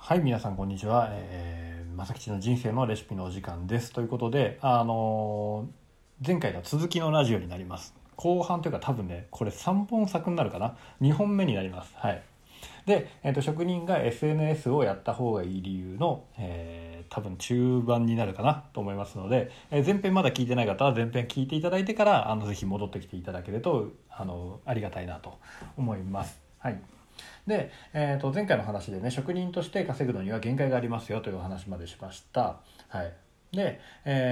はい、皆さんこんにちは。正吉の人生のレシピのお時間です。ということで、前回の続きのラジオになります。後半というか多分ね、これ3本作になるかな。2本目になります。はい。で、職人が SNS をやった方がいい理由の、多分中盤になるかなと思いますので、前編まだ聞いてない方は前編聞いていただいてからぜひ戻ってきていただけるとありがたいなと思います。はい。で、前回の話でね、職人として稼ぐのには限界がありますよというお話までしました。はい。で、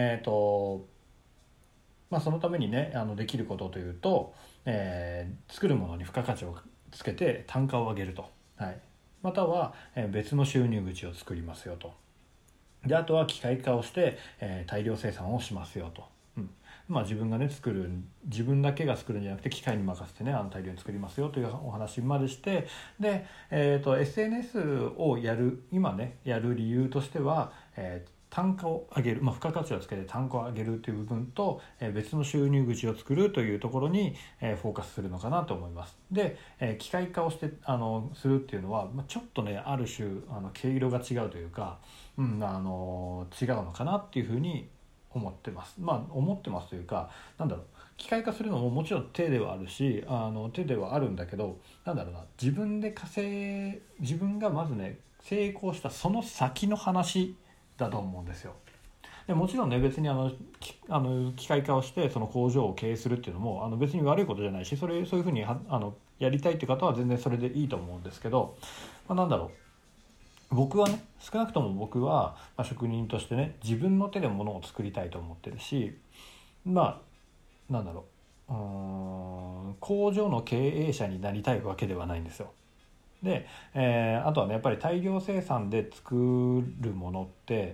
そのためにねできることというと、作るものに付加価値をつけて単価を上げると、はい、または、別の収入口を作りますよと。であとは機械化をして、大量生産をしますよと。自分がね自分だけが作るんじゃなくて機械に任せてね大量に作りますよというお話までして、で、SNS を今ねやる理由としては、単価を上げる、付加価値をつけて単価を上げるという部分と、別の収入口を作るというところに、フォーカスするのかなと思います。で、機械化をしてするっていうのは、ちょっとねある種毛色が違うというか、違うのかなっていうふうに思ってます。思ってますというか、機械化するのももちろん手ではあるし手ではあるんだけど、自分がまずね成功したその先の話だと思うんですよ。でもちろんね別に機械化をしてその工場を経営するっていうのも別に悪いことじゃないし、そういうふうにやりたいって方は全然それでいいと思うんですけど、僕はね少なくとも僕は、職人としてね自分の手で物を作りたいと思ってるし、工場の経営者になりたいわけではないんですよ。で、あとはねやっぱり大量生産で作るものって、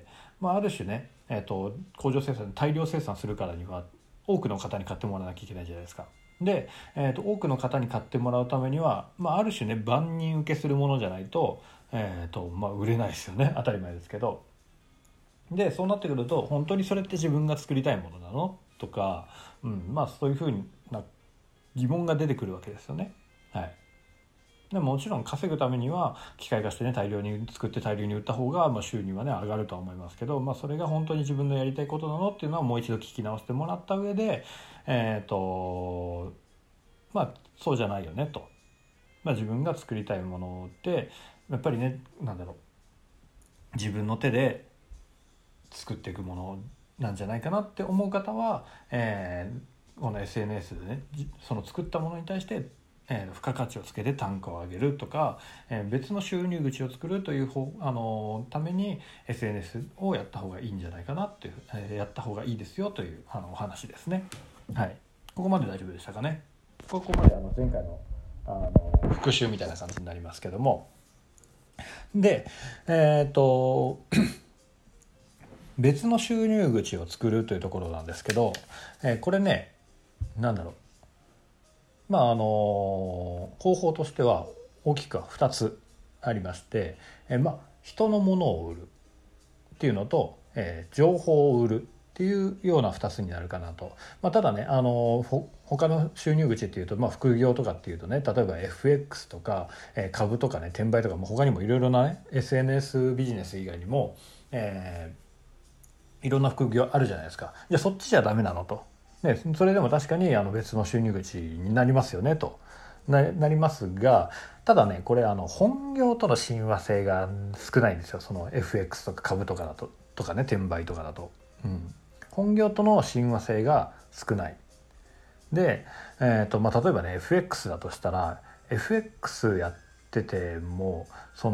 ある種ね、工場生産大量生産するからには多くの方に買ってもらわなきゃいけないじゃないですか。で、多くの方に買ってもらうためには、ある種ね万人受けするものじゃないと、売れないですよね。当たり前ですけど。でそうなってくると本当にそれって自分が作りたいものなのとか、そういうふうな疑問が出てくるわけですよね。はい。でもちろん稼ぐためには機械化してね大量に作って大量に売った方が、収入はね上がるとは思いますけど、それが本当に自分のやりたいことなのっていうのはもう一度聞き直してもらった上で、そうじゃないよねと。自分が作りたいものってやっぱりね自分の手で作っていくものなんじゃないかなって思う方は、この SNS でねその作ったものに対して、付加価値をつけて単価を上げるとか、別の収入口を作るというために SNS をやった方がいいんじゃないかなっていう、やった方がいいですよというお話ですね。はい、ここまで大丈夫でしたかね。ここまで前回の復習みたいな感じになりますけども、で別の収入口を作るというところなんですけど、これね方法としては大きくは2つありまして、人のものを売るっていうのと、情報を売るっていうような2つになるかなと。ただね他の収入口っていうと、副業とかっていうとね、例えば FX とか、株とかね転売とか他にもいろいろなね SNS ビジネス以外にも、いろんな副業あるじゃないですか。じゃあそっちじゃダメなのと。でそれでも確かに別の収入口になりますよねと なりますが、ただねこれ本業との親和性が少ないんですよ。その FX とか株とかだとかね転売とかだと、本業との親和性が少ない。で、例えばね FX だとしたら FX やってても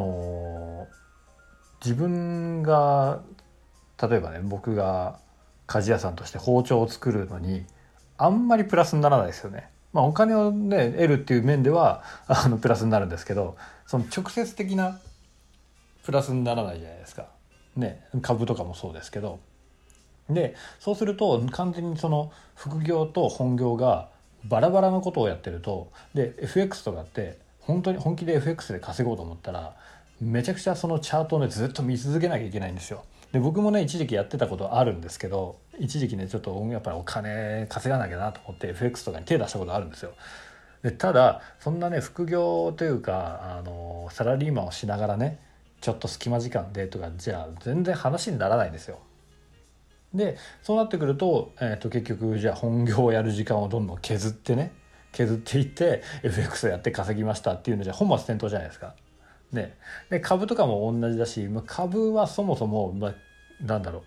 自分が例えばね僕が鍛冶屋さんとして包丁を作るのにあんまりプラスにならないですよね。お金をね得るっていう面ではプラスになるんですけど、その直接的なプラスにならないじゃないですかね。株とかもそうですけど、でそうすると完全にその副業と本業がバラバラのことをやってると、で FX とかって本当に本気で FX で稼ごうと思ったらめちゃくちゃそのチャートをねずっと見続けなきゃいけないんですよ。で僕もね一時期やってたことあるんですけど、一時期ねちょっとやっぱりお金稼がなきゃなと思って FX とかに手出したことあるんですよ。でただそんなね副業というかサラリーマンをしながらねちょっと隙間時間でとかじゃあ全然話にならないんですよ。でそうなってくると、結局じゃあ本業をやる時間をどんどん削っていって FX をやって稼ぎましたっていうのじゃ本末転倒じゃないですか。で株とかも同じだし、株はそもそも、なんだろ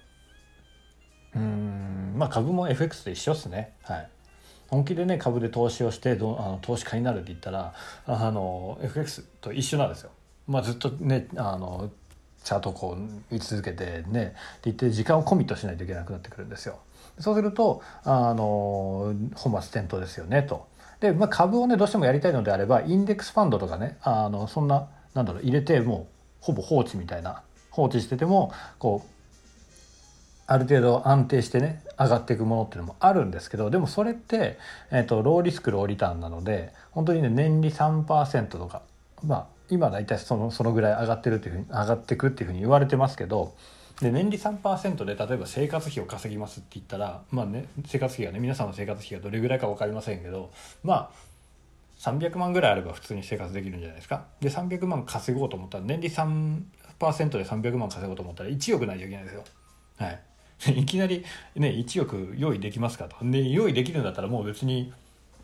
う、株も FX と一緒っすね。はい。本気でね株で投資をして投資家になるって言ったらFX と一緒なんですよ。ずっとねチャートをこう見続けてねって言って時間をコミットしないといけなくなってくるんですよ。そうすると本末転倒ですよねと。で、株をねどうしてもやりたいのであればインデックスファンドとかねそんな入れてもうほぼ放置みたいな放置しててもこうある程度安定してね上がっていくものっていうのもあるんですけど、でもそれって、ローリスクローリターンなので本当にね年利 3% とか今だいたいそのぐらい上がってくっていうふうに言われてますけど、で年利 3% で例えば生活費を稼ぎますって言ったら生活費がね皆さんの生活費がどれぐらいか分かりませんけど300万ぐらいあれば普通に生活できるんじゃないですか。で300万稼ごうと思ったら年利 3% で300万稼ごうと思ったら1億ないといけないですよ。はい。いきなりね1億用意できますかと。で用意できるんだったらもう別に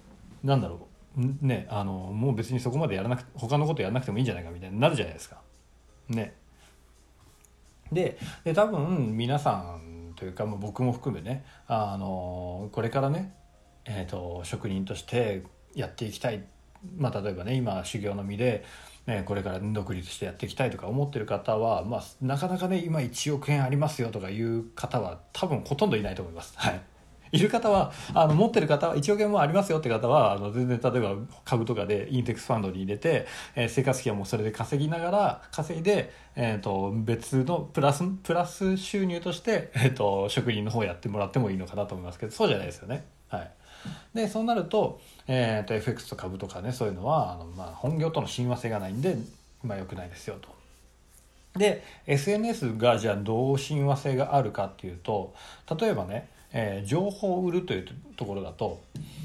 もう別にそこまでやらなくて他のことやらなくてもいいんじゃないかみたいになるじゃないですか。ね。で多分皆さんというか僕も含めねこれからね職人としてやっていきたい、例えばね今修行の身で、これから独立してやっていきたいとか思ってる方は、なかなかね今1億円ありますよとかいう方は多分ほとんどいないと思います。はい。いる方は持ってる方は1億円もありますよって方は全然例えば株とかでインデックスファンドに入れて、生活費はもうそれで稼いで、別のプラス収入として、職人の方やってもらってもいいのかなと思いますけど、そうじゃないですよね。はい。でそうなると、FX と株とかねそういうのは本業との親和性がないんで良くないですよと。で SNS がじゃあどう親和性があるかっていうと、例えばね、情報を売るというところだと、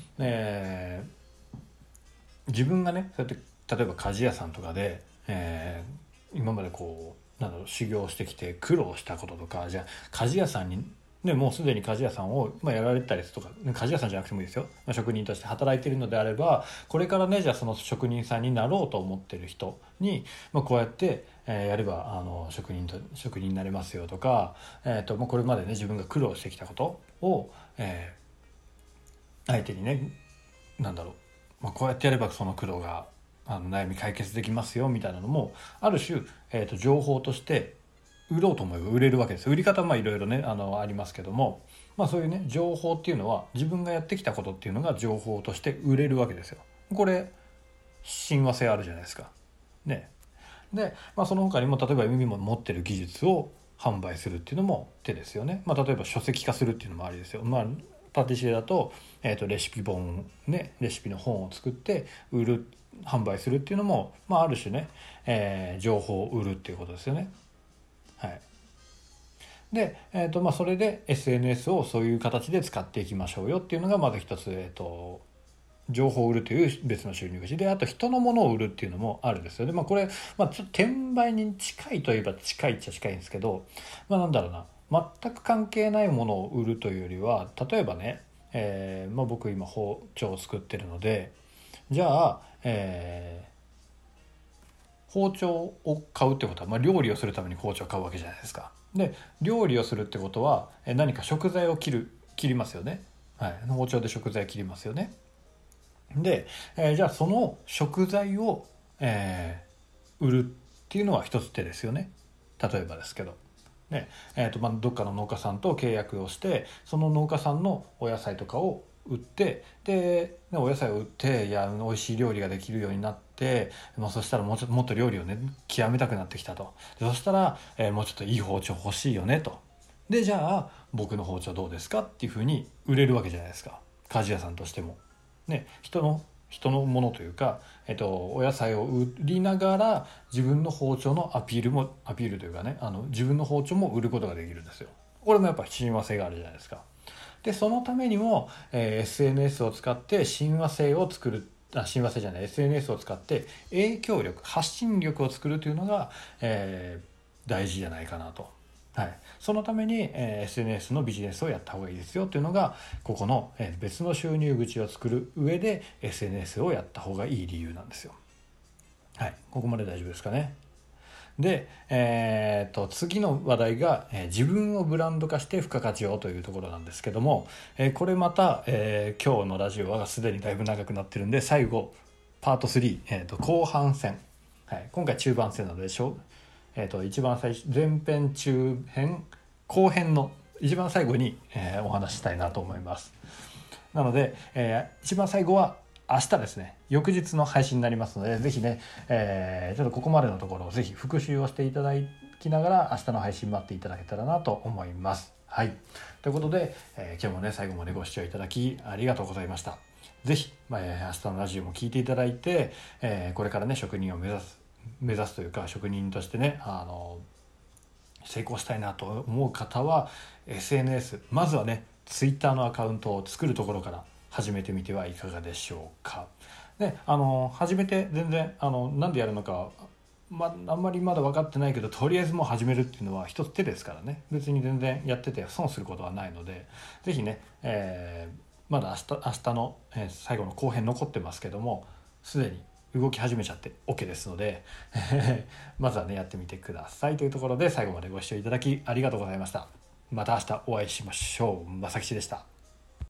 自分がねそうやって例えば鍛冶屋さんとかで、今まで修行してきて苦労したこととか、じゃあ鍛冶屋さんにもうすでに鍛冶屋さんを、やられたりとか鍛冶屋さんじゃなくてもいいですよ、職人として働いているのであればこれからねじゃあその職人さんになろうと思ってる人に、こうやって、やれば職人になれますよとか、これまでね自分が苦労してきたことを、相手にねこうやってやればその苦労が悩み解決できますよみたいなのもある種、情報として売ろうと思えば売れるわけです。売り方はいろいろねありますけども、そういうね情報っていうのは自分がやってきたことっていうのが情報として売れるわけですよ。これ親和性あるじゃないですか。ね。で、その他にも例えば耳も持ってる技術を販売するっていうのも手ですよね。例えば書籍化するっていうのもありですよ。パティシエだと、レシピの本を作って販売するっていうのも、ある種ね、情報を売るっていうことですよね。はい。で、それで SNS をそういう形で使っていきましょうよっていうのがまず一つ、情報を売るという別の収入口で、あと人のものを売るっていうのもあるんですよね。これ、ちょっと転売に近いといえば近いっちゃ近いんですけど、全く関係ないものを売るというよりは、例えばね、僕今包丁を作ってるので、じゃあ、包丁を買うってことは、料理をするために包丁を買うわけじゃないですか。で料理をするってことは何か食材を切りますよね。はい、包丁で食材切りますよね。で、じゃあその食材を、売るっていうのは一つ手ですよね。例えばですけど、ねどっかの農家さんと契約をしてその農家さんのお野菜とかを売って、でお野菜を売って美味しい料理ができるようになって、そしたらもっと料理をね極めたくなってきたと。でそしたら、もうちょっといい包丁欲しいよねと。でじゃあ僕の包丁どうですかっていうふうに売れるわけじゃないですか、鍛冶屋さんとしても。ね、人のものというか、お野菜を売りながら自分の包丁のアピールというかね自分の包丁も売ることができるんですよ。これもやっぱ親和性があるじゃないですか。でそのためにも、SNS を使って親和性を作っ親和性じゃない SNS を使って影響力発信力を作るというのが、大事じゃないかなと。はい、そのために、SNS のビジネスをやった方がいいですよというのがここの、別の収入口を作る上で SNS をやった方がいい理由なんですよ。はい、ここまで大丈夫ですかね。で、次の話題が、自分をブランド化して付加価値をというところなんですけども、これまた、今日のラジオはすでにだいぶ長くなってるんで最後パート3、後半戦、はい、今回中盤戦なので一番最初前編中編後編の一番最後に、お話ししたいなと思います。なので、一番最後は明日ですね、翌日の配信になりますのでぜひね、ちょっとここまでのところをぜひ復習をしていただきながら明日の配信待っていただけたらなと思います。はい、ということで、今日もね最後までご視聴いただきありがとうございました。ぜひ、明日のラジオも聞いていただいて、これからね職人を目指すというか職人としてね成功したいなと思う方は SNS まずはね Twitter のアカウントを作るところから始めてみてはいかがでしょうか。で始めて全然なんでやるのか、あんまりまだ分かってないけどとりあえずもう始めるっていうのは一つ手ですからね、別に全然やってて損することはないのでぜひね、まだ明日の、最後の後編残ってますけどもすでに動き始めちゃって OK ですのでまずはねやってみてくださいというところで最後までご視聴いただきありがとうございました。また明日お会いしましょう。まさきちでした。